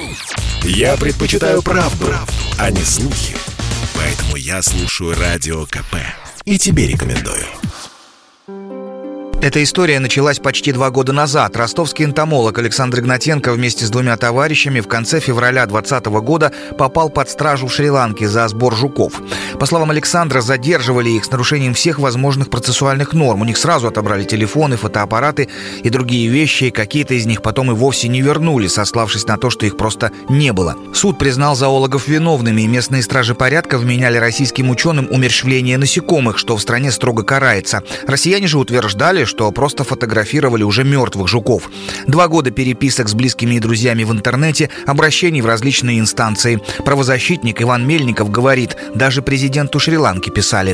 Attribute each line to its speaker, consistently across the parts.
Speaker 1: Я предпочитаю правду, а не слухи. Поэтому я слушаю Радио КП. И тебе рекомендую.
Speaker 2: Эта история началась почти 2 года назад. Ростовский энтомолог Александр Игнатенко вместе с 2 товарищами в конце февраля 2020 года попал под стражу в Шри-Ланке за сбор жуков. По словам Александра, задерживали их с нарушением всех возможных процессуальных норм. У них сразу отобрали телефоны, фотоаппараты и другие вещи, и какие-то из них потом и вовсе не вернули, сославшись на то, что их просто не было. Суд признал зоологов виновными, и местные стражи порядка вменяли российским ученым умерщвление насекомых, что в стране строго карается. Россияне же утверждали, что просто фотографировали уже мертвых жуков. 2 года переписок с близкими и друзьями в интернете, обращений в различные инстанции. Правозащитник Иван Мельников говорит, даже президенту Шри-Ланки писали.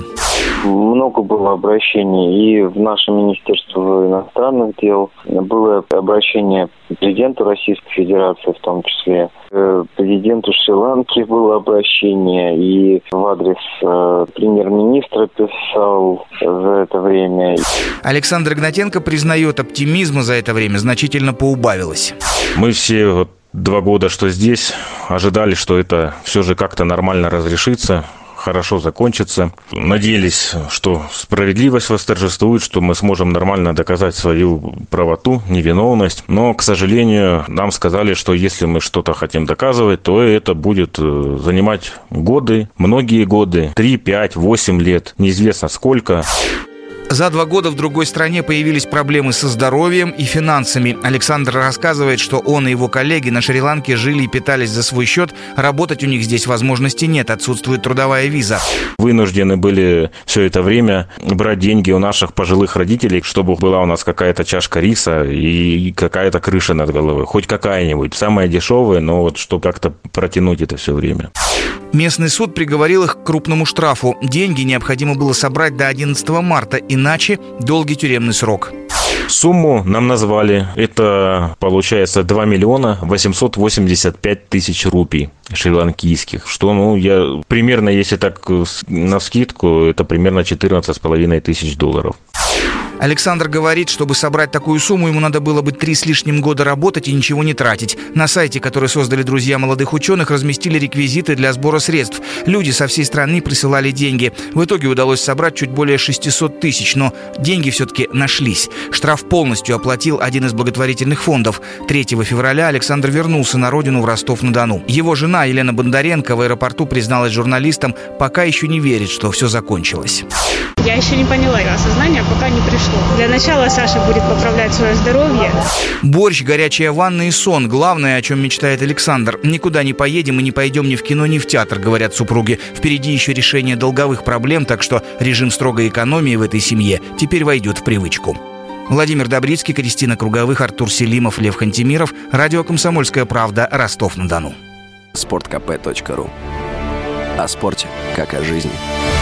Speaker 3: Много было обращений и в наше Министерство иностранных дел. Было обращение к президенту Российской Федерации в том числе. Президенту Шри-Ланки было обращение, и в адрес премьер-министра писал за это время.
Speaker 2: Александр Игнатенко признает, оптимизма за это время значительно поубавилось.
Speaker 4: Мы все 2 года, что здесь, ожидали, что это все же как-то нормально разрешится, хорошо закончится. Надеялись, что справедливость восторжествует, что мы сможем нормально доказать свою правоту, невиновность. Но, к сожалению, нам сказали, что если мы что-то хотим доказывать, то это будет занимать годы, многие годы, 3, 5, 8 лет, неизвестно сколько.
Speaker 2: За 2 года в другой стране появились проблемы со здоровьем и финансами. Александр рассказывает, что он и его коллеги на Шри-Ланке жили и питались за свой счет. Работать у них здесь возможности нет, отсутствует трудовая виза.
Speaker 4: Вынуждены были все это время брать деньги у наших пожилых родителей, чтобы была у нас какая-то чашка риса и какая-то крыша над головой. Хоть какая-нибудь. Самая дешевая, но вот чтобы как-то протянуть это все время.
Speaker 2: Местный суд приговорил их к крупному штрафу. Деньги необходимо было собрать до 11 марта, иначе долгий тюремный срок.
Speaker 4: Сумму нам назвали. Это получается 2 миллиона 885 тысяч рупий шри-ланкийских. Что, я примерно, если так навскидку, это примерно 14,5 тысяч долларов.
Speaker 2: Александр говорит, чтобы собрать такую сумму, ему надо было бы 3 с лишним года работать и ничего не тратить. На сайте, который создали друзья молодых ученых, разместили реквизиты для сбора средств. Люди со всей страны присылали деньги. В итоге удалось собрать чуть более 600 тысяч, но деньги все-таки нашлись. Штраф полностью оплатил один из благотворительных фондов. 3 февраля Александр вернулся на родину в Ростов-на-Дону. Его жена Елена Бондаренко в аэропорту призналась журналистам, пока еще не верит, что все закончилось.
Speaker 5: Я еще не поняла, осознание пока не пришло. Для начала Саша будет поправлять свое здоровье.
Speaker 2: Борщ, горячая ванна и сон – главное, о чем мечтает Александр. Никуда не поедем и не пойдем ни в кино, ни в театр, говорят супруги. Впереди еще решение долговых проблем, так что режим строгой экономии в этой семье теперь войдет в привычку. Владимир Добрицкий, Кристина Круговых, Артур Селимов, Лев Хантимиров. Радио «Комсомольская правда», Ростов-на-Дону.
Speaker 6: Sportkp.ru. О спорте, как о жизни.